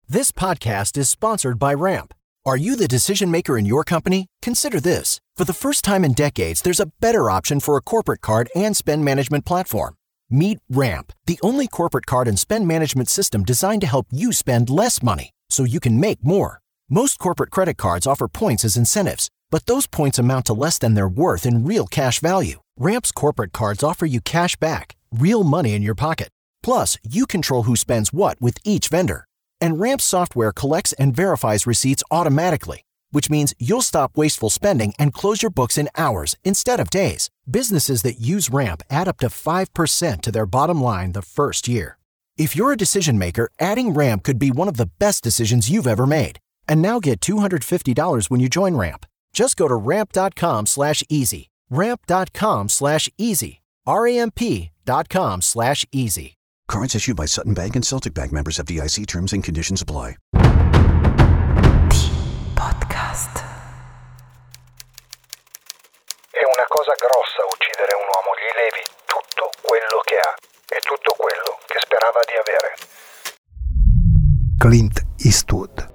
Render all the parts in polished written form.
This podcast is sponsored by Ramp. Are you the decision maker in your company? Consider this. For the first time in decades, there's a better option for a corporate card and spend management platform. Meet Ramp, the only corporate card and spend management system designed to help you spend less money so you can make more. Most corporate credit cards offer points as incentives, but those points amount to less than their worth in real cash value. Ramp's corporate cards offer you cash back, real money in your pocket. Plus, you control who spends what with each vendor. And Ramp's software collects and verifies receipts automatically, which means you'll stop wasteful spending and close your books in hours instead of days. Businesses that use Ramp add up to 5% to their bottom line the first year. If you're a decision maker, adding Ramp could be one of the best decisions you've ever made. And now get $250 when you join Ramp. Just go to ramp.com/easy. Ramp.com/easy. RAMP.com/easy. Cards issued by Sutton Bank and Celtic Bank, members FDIC. Terms and conditions apply. Podcast. È una cosa grossa uccidere un uomo, gli levi tutto quello che ha e tutto quello che sperava di avere. Clint Eastwood.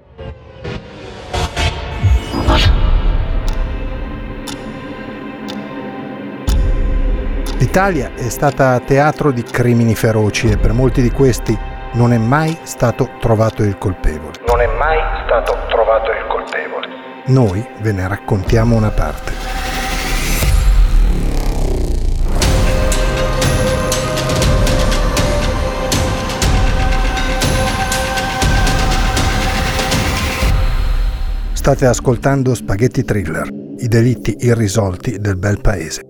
L'Italia è stata teatro di crimini feroci e per molti di questi non è mai stato trovato il colpevole. Non è mai stato trovato il colpevole. Noi ve ne raccontiamo una parte. State ascoltando Spaghetti Thriller, i delitti irrisolti del bel paese.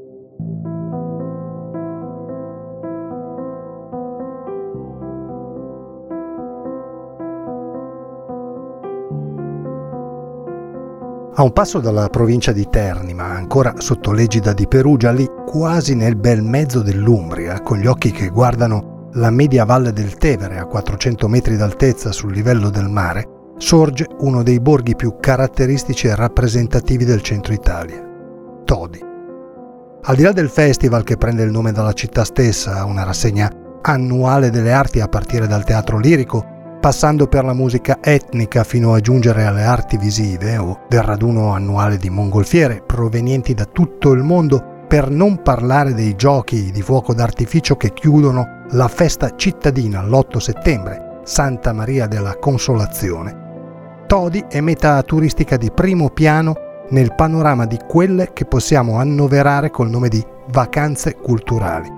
A un passo dalla provincia di Terni, ma ancora sotto l'egida di Perugia, lì quasi nel bel mezzo dell'Umbria, con gli occhi che guardano la media valle del Tevere a 400 metri d'altezza sul livello del mare, sorge uno dei borghi più caratteristici e rappresentativi del centro Italia, Todi. Al di là del festival che prende il nome dalla città stessa, una rassegna annuale delle arti a partire dal teatro lirico, passando per la musica etnica fino a giungere alle arti visive o del raduno annuale di mongolfiere provenienti da tutto il mondo, per non parlare dei giochi di fuoco d'artificio che chiudono la festa cittadina l'8 settembre, Santa Maria della Consolazione. Todi è meta turistica di primo piano nel panorama di quelle che possiamo annoverare col nome di vacanze culturali.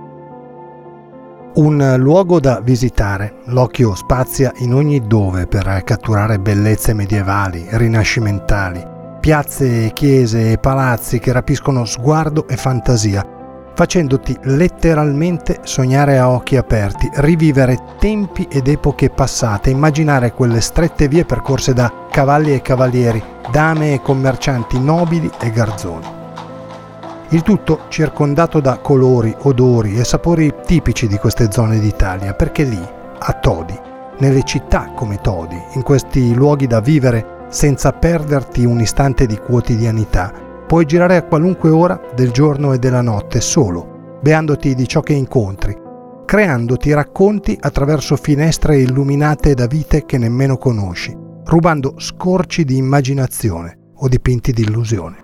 Un luogo da visitare, l'occhio spazia in ogni dove per catturare bellezze medievali, rinascimentali, piazze, chiese e palazzi che rapiscono sguardo e fantasia, facendoti letteralmente sognare a occhi aperti, rivivere tempi ed epoche passate, immaginare quelle strette vie percorse da cavalli e cavalieri, dame e commercianti, nobili e garzoni. Il tutto circondato da colori, odori e sapori tipici di queste zone d'Italia, perché lì, a Todi, nelle città come Todi, in questi luoghi da vivere senza perderti un istante di quotidianità, puoi girare a qualunque ora del giorno e della notte solo, beandoti di ciò che incontri, creandoti racconti attraverso finestre illuminate da vite che nemmeno conosci, rubando scorci di immaginazione o dipinti di illusione.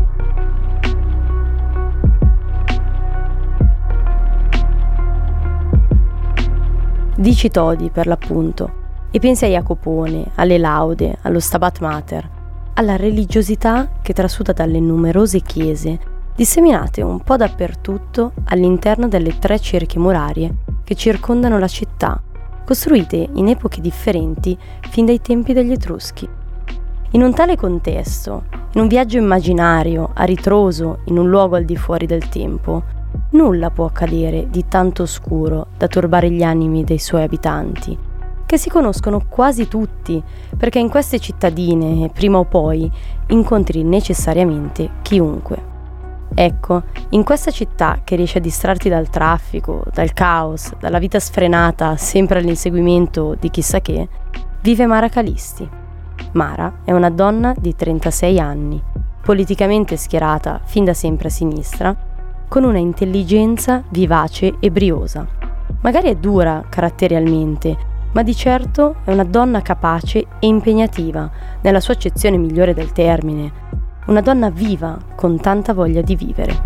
Dici Todi per l'appunto e pensi a Jacopone, alle laude, allo Stabat Mater, alla religiosità che trasuda dalle numerose chiese disseminate un po' dappertutto all'interno delle 3 cerchie murarie che circondano la città, costruite in epoche differenti fin dai tempi degli Etruschi. In un tale contesto, in un viaggio immaginario, a ritroso, in un luogo al di fuori del tempo, nulla può accadere di tanto oscuro da turbare gli animi dei suoi abitanti, che si conoscono quasi tutti, perché in queste cittadine, prima o poi, incontri necessariamente chiunque. Ecco, in questa città che riesce a distrarti dal traffico, dal caos, dalla vita sfrenata, sempre all'inseguimento di chissà che, vive Mara Calisti. Mara è una donna di 36 anni, politicamente schierata fin da sempre a sinistra, con una intelligenza vivace e briosa. Magari è dura caratterialmente, ma di certo è una donna capace e impegnativa, nella sua accezione migliore del termine. Una donna viva, con tanta voglia di vivere.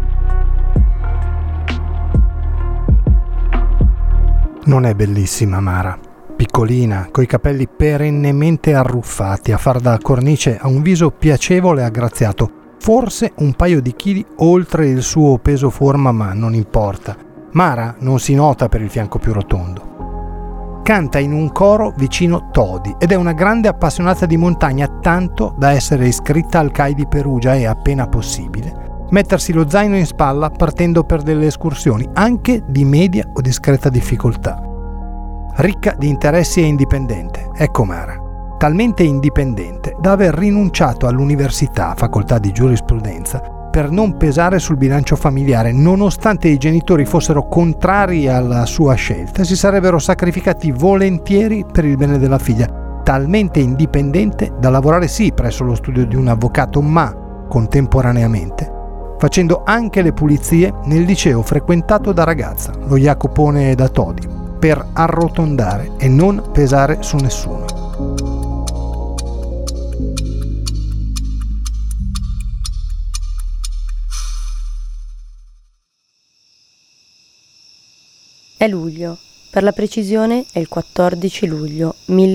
Non è bellissima Mara? Piccolina, coi capelli perennemente arruffati, a far da cornice a un viso piacevole e aggraziato, forse un paio di chili oltre il suo peso forma, ma non importa. Mara non si nota per il fianco più rotondo. Canta in un coro vicino Todi ed è una grande appassionata di montagna, tanto da essere iscritta al CAI di Perugia e, appena possibile, mettersi lo zaino in spalla partendo per delle escursioni, anche di media o discreta difficoltà. Ricca di interessi e indipendente, ecco Mara. Talmente indipendente da aver rinunciato all'università, facoltà di giurisprudenza, per non pesare sul bilancio familiare, nonostante i genitori fossero contrari alla sua scelta, si sarebbero sacrificati volentieri per il bene della figlia. Talmente indipendente da lavorare sì presso lo studio di un avvocato, ma contemporaneamente facendo anche le pulizie nel liceo frequentato da ragazza, lo Jacopone da Todi, per arrotondare e non pesare su nessuno. È luglio, per la precisione è il 14 luglio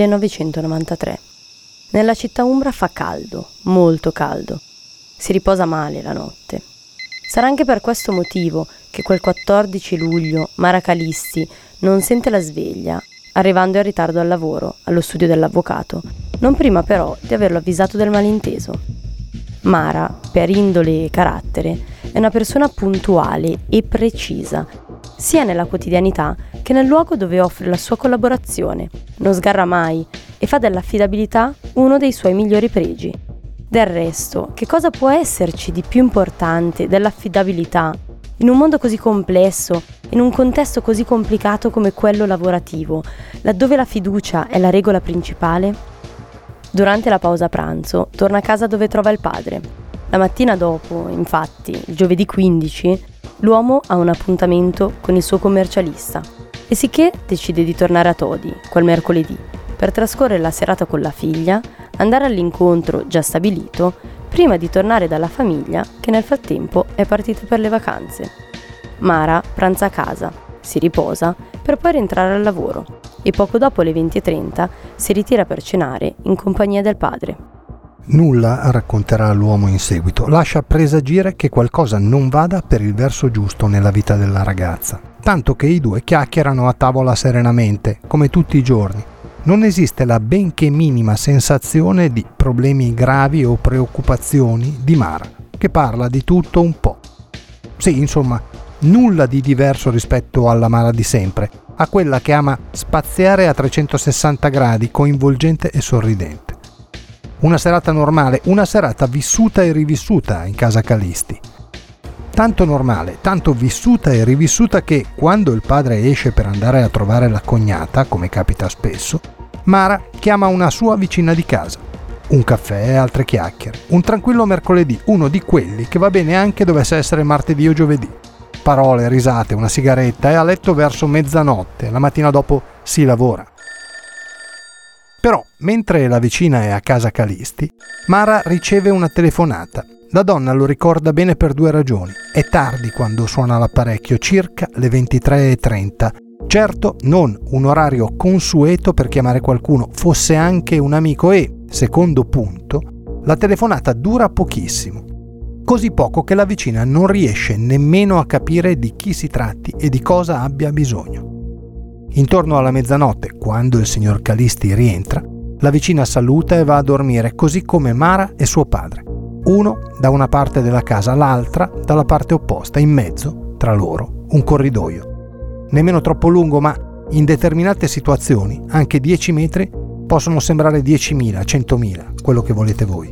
1993. Nella città umbra fa caldo, molto caldo. Si riposa male la notte. Sarà anche per questo motivo che quel 14 luglio Mara Calisti non sente la sveglia, arrivando in ritardo al lavoro, allo studio dell'avvocato, non prima però di averlo avvisato del malinteso. Mara, per indole e carattere, è una persona puntuale e precisa, sia nella quotidianità che nel luogo dove offre la sua collaborazione. Non sgarra mai e fa dell'affidabilità uno dei suoi migliori pregi. Del resto, che cosa può esserci di più importante dell'affidabilità in un mondo così complesso, in un contesto così complicato come quello lavorativo, laddove la fiducia è la regola principale? Durante la pausa pranzo torna a casa dove trova il padre. La mattina dopo, infatti, il giovedì 15, l'uomo ha un appuntamento con il suo commercialista e sicché decide di tornare a Todi quel mercoledì per trascorrere la serata con la figlia, andare all'incontro già stabilito prima di tornare dalla famiglia che nel frattempo è partita per le vacanze. Mara pranza a casa, si riposa per poi rientrare al lavoro e poco dopo le 20:30 si ritira per cenare in compagnia del padre. Nulla, racconterà l'uomo in seguito, lascia presagire che qualcosa non vada per il verso giusto nella vita della ragazza, tanto che i due chiacchierano a tavola serenamente, come tutti i giorni. Non esiste la benché minima sensazione di problemi gravi o preoccupazioni di Mara, che parla di tutto un po'. Sì, insomma, nulla di diverso rispetto alla Mara di sempre, a quella che ama spaziare a 360 gradi, coinvolgente e sorridente. Una serata normale, una serata vissuta e rivissuta in casa Calisti. Tanto normale, tanto vissuta e rivissuta che, quando il padre esce per andare a trovare la cognata, come capita spesso, Mara chiama una sua vicina di casa. Un caffè e altre chiacchiere. Un tranquillo mercoledì, uno di quelli che va bene anche dovesse essere martedì o giovedì. Parole, risate, una sigaretta e a letto verso mezzanotte. La mattina dopo si lavora. Però, mentre la vicina è a casa Calisti, Mara riceve una telefonata. La donna lo ricorda bene per due ragioni. È tardi quando suona l'apparecchio, circa le 23:30. Certo, non un orario consueto per chiamare qualcuno, fosse anche un amico e, secondo punto, la telefonata dura pochissimo. Così poco che la vicina non riesce nemmeno a capire di chi si tratti e di cosa abbia bisogno. Intorno alla mezzanotte, quando il signor Calisti rientra, la vicina saluta e va a dormire, così come Mara e suo padre. Uno da una parte della casa, l'altra dalla parte opposta, in mezzo, tra loro, un corridoio. Nemmeno troppo lungo, ma in determinate situazioni, anche 10 metri possono sembrare 10.000, 100.000, quello che volete voi.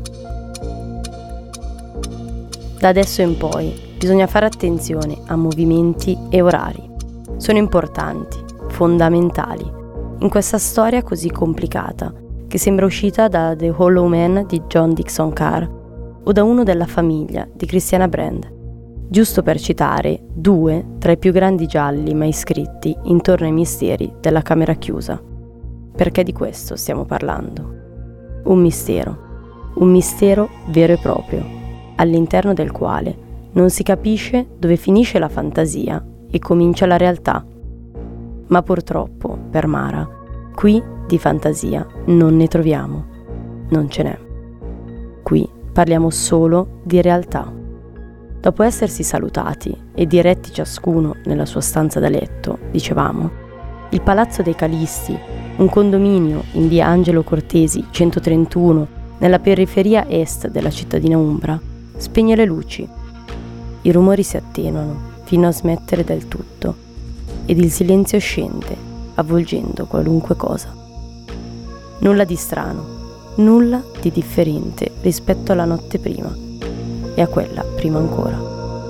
Da adesso in poi bisogna fare attenzione a movimenti e orari. Sono importanti, fondamentali, in questa storia così complicata, che sembra uscita da The Hollow Man di John Dickson Carr o da Uno della famiglia di Christiana Brand, giusto per citare due tra i più grandi gialli mai scritti intorno ai misteri della camera chiusa. perché di questo stiamo parlando. Un mistero vero e proprio, all'interno del quale non si capisce dove finisce la fantasia e comincia la realtà. Ma purtroppo, per Mara, qui di fantasia non ne troviamo, non ce n'è. Qui parliamo solo di realtà. Dopo essersi salutati e diretti ciascuno nella sua stanza da letto, dicevamo, il Palazzo dei Calisti, un condominio in via Angelo Cortesi 131, nella periferia est della cittadina umbra, spegne le luci. I rumori si attenuano fino a smettere del tutto ed il silenzio scende, avvolgendo qualunque cosa. Nulla di strano, nulla di differente rispetto alla notte prima e a quella prima ancora.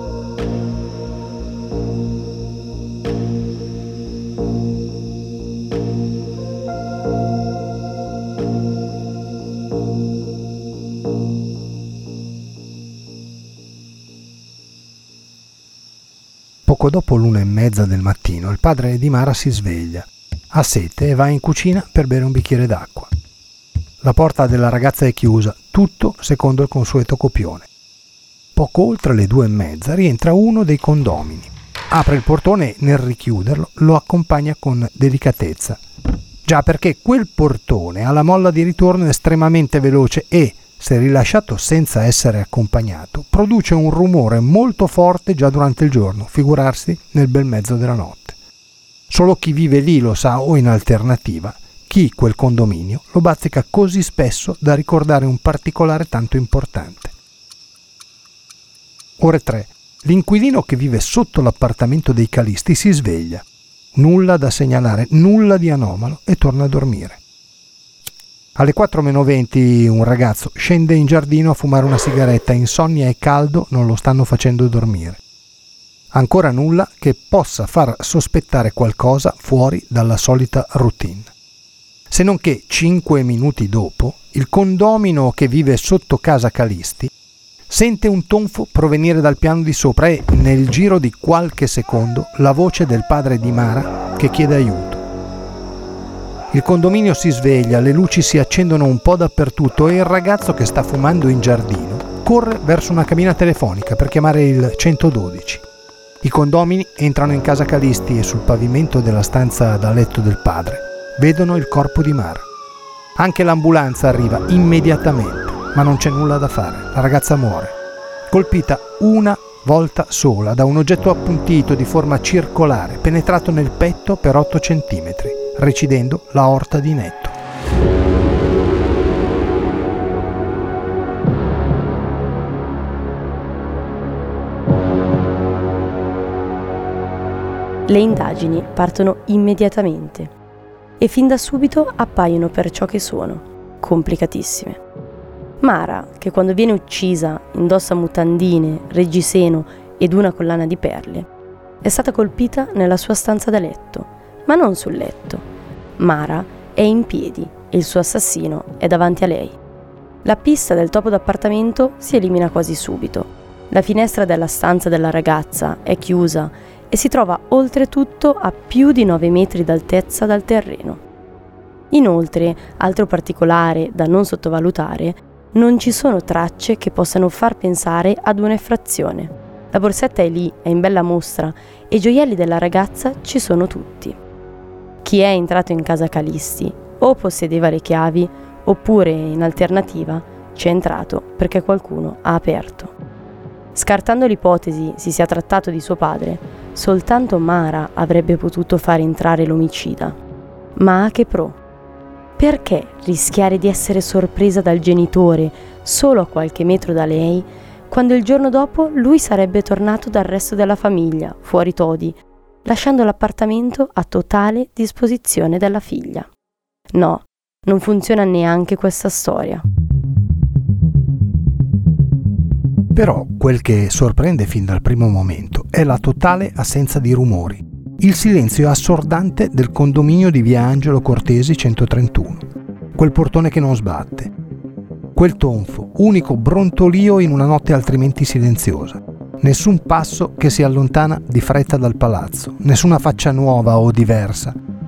Poco dopo l'1:30 del mattino il padre di Mara si sveglia, ha sete e va in cucina per bere un bicchiere d'acqua. La porta della ragazza è chiusa, tutto secondo il consueto copione. Poco oltre le 2:30 rientra uno dei condomini. Apre il portone e nel richiuderlo lo accompagna con delicatezza. Già perché quel portone ha la molla di ritorno estremamente veloce e, se rilasciato senza essere accompagnato, produce un rumore molto forte già durante il giorno, figurarsi nel bel mezzo della notte. Solo chi vive lì lo sa, o in alternativa, chi quel condominio lo bazzica così spesso da ricordare un particolare tanto importante. Ore 3. L'inquilino che vive sotto l'appartamento dei Calisti si sveglia. Nulla da segnalare, nulla di anomalo e torna a dormire. Alle 4:20 un ragazzo scende in giardino a fumare una sigaretta. Insonnia e caldo non lo stanno facendo dormire. Ancora nulla che possa far sospettare qualcosa fuori dalla solita routine. Se non che 5 minuti dopo il condomino che vive sotto casa Calisti sente un tonfo provenire dal piano di sopra e, nel giro di qualche secondo, la voce del padre di Mara che chiede aiuto. Il condominio si sveglia, le luci si accendono un po' dappertutto e il ragazzo che sta fumando in giardino corre verso una cabina telefonica per chiamare il 112. I condomini entrano in casa Calisti e sul pavimento della stanza da letto del padre vedono il corpo di Mara. Anche l'ambulanza arriva immediatamente, ma non c'è nulla da fare. La ragazza muore, colpita una volta sola da un oggetto appuntito di forma circolare, penetrato nel petto per 8 centimetri, recidendo l'aorta di netto. Le indagini partono immediatamente e fin da subito appaiono per ciò che sono, complicatissime. Mara, che quando viene uccisa indossa mutandine, reggiseno ed una collana di perle, è stata colpita nella sua stanza da letto, ma non sul letto. Mara è in piedi e il suo assassino è davanti a lei. La pista del topo d'appartamento si elimina quasi subito. La finestra della stanza della ragazza è chiusa e si trova oltretutto a più di 9 metri d'altezza dal terreno. Inoltre, altro particolare da non sottovalutare, non ci sono tracce che possano far pensare ad un'effrazione. La borsetta è lì, è in bella mostra e i gioielli della ragazza ci sono tutti. Chi è entrato in casa Calisti o possedeva le chiavi oppure, in alternativa, c'è entrato perché qualcuno ha aperto. Scartando l'ipotesi si sia trattato di suo padre, soltanto Mara avrebbe potuto far entrare l'omicida. Ma a che pro? Perché rischiare di essere sorpresa dal genitore solo a qualche metro da lei, quando il giorno dopo lui sarebbe tornato dal resto della famiglia, fuori Todi, lasciando l'appartamento a totale disposizione della figlia? No, non funziona neanche questa storia. Però quel che sorprende fin dal primo momento è la totale assenza di rumori. Il silenzio assordante del condominio di via Angelo Cortesi 131. Quel portone che non sbatte. Quel tonfo, unico brontolio in una notte altrimenti silenziosa. Nessun passo che si allontana di fretta dal palazzo, nessuna faccia nuova o diversa,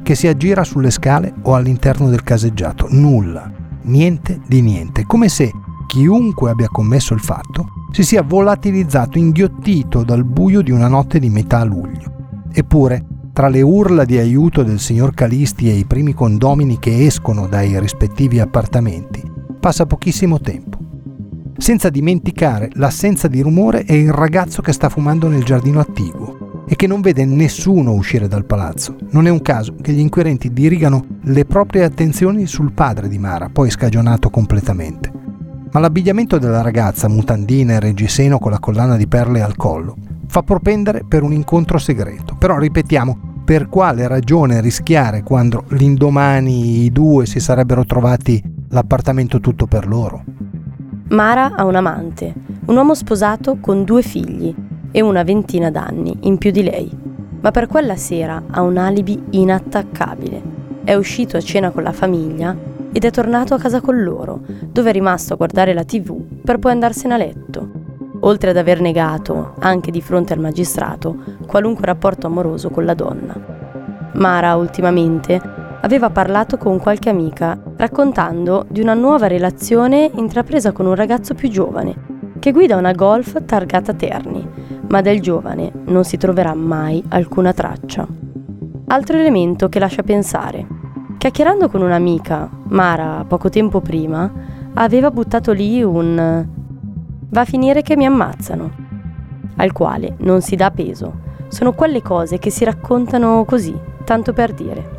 che si aggira sulle scale o all'interno del caseggiato. Nulla, niente di niente, come se chiunque abbia commesso il fatto si sia volatilizzato inghiottito dal buio di una notte di metà luglio. Eppure, tra le urla di aiuto del signor Calisti e i primi condomini che escono dai rispettivi appartamenti, passa pochissimo tempo. Senza dimenticare l'assenza di rumore e il ragazzo che sta fumando nel giardino attiguo e che non vede nessuno uscire dal palazzo. Non è un caso che gli inquirenti dirigano le proprie attenzioni sul padre di Mara, poi scagionato completamente. Ma l'abbigliamento della ragazza, mutandina e reggiseno con la collana di perle al collo, fa propendere per un incontro segreto. Però ripetiamo, per quale ragione rischiare quando l'indomani i due si sarebbero trovati l'appartamento tutto per loro? Mara ha un amante, un uomo sposato con 2 figli e una ventina d'anni in più di lei. Ma per quella sera ha un alibi inattaccabile. È uscito a cena con la famiglia ed è tornato a casa con loro, dove è rimasto a guardare la TV per poi andarsene a letto. Oltre ad aver negato, anche di fronte al magistrato, qualunque rapporto amoroso con la donna. Mara, ultimamente, aveva parlato con qualche amica, raccontando di una nuova relazione intrapresa con un ragazzo più giovane, che guida una Golf targata Terni, ma del giovane non si troverà mai alcuna traccia. Altro elemento che lascia pensare. Chiacchierando con un'amica, Mara, poco tempo prima, aveva buttato lì un «va a finire che mi ammazzano», al quale non si dà peso. Sono quelle cose che si raccontano così, tanto per dire.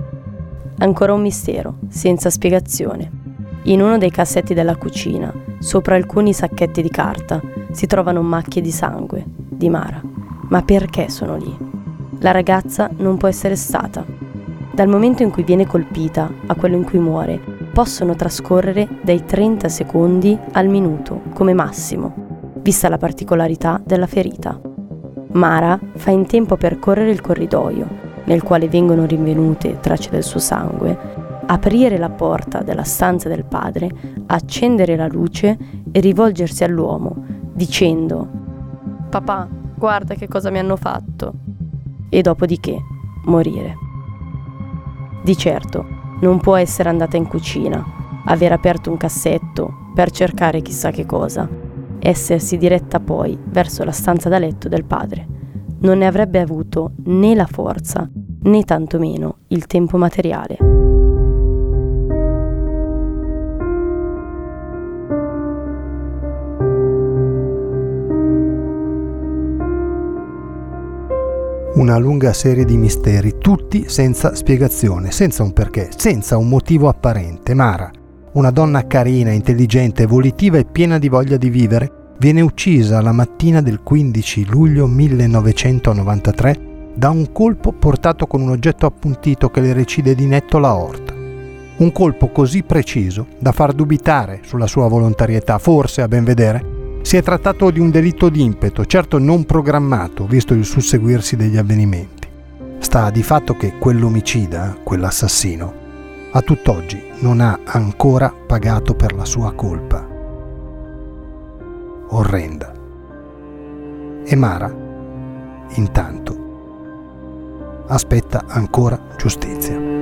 Ancora un mistero, senza spiegazione. In uno dei cassetti della cucina, sopra alcuni sacchetti di carta, si trovano macchie di sangue di Mara. Ma perché sono lì? La ragazza non può essere stata. Dal momento in cui viene colpita a quello in cui muore, possono trascorrere dai 30 secondi al minuto, come massimo, vista la particolarità della ferita. Mara fa in tempo a percorrere il corridoio, nel quale vengono rinvenute tracce del suo sangue, aprire la porta della stanza del padre, accendere la luce e rivolgersi all'uomo, dicendo «Papà, guarda che cosa mi hanno fatto!» e dopodiché morire. Di certo, non può essere andata in cucina, aver aperto un cassetto per cercare chissà che cosa, essersi diretta poi verso la stanza da letto del padre. Non ne avrebbe avuto né la forza, né tantomeno il tempo materiale. Una lunga serie di misteri, tutti senza spiegazione, senza un perché, senza un motivo apparente. Mara, una donna carina, intelligente, volitiva e piena di voglia di vivere, viene uccisa la mattina del 15 luglio 1993 da un colpo portato con un oggetto appuntito che le recide di netto l'aorta. Un colpo così preciso da far dubitare sulla sua volontarietà. Forse, a ben vedere, si è trattato di un delitto d'impeto, certo non programmato, visto il susseguirsi degli avvenimenti. Sta di fatto che quell'omicida, quell'assassino, a tutt'oggi non ha ancora pagato per la sua colpa. Orrenda. E Mara, intanto, aspetta ancora giustizia.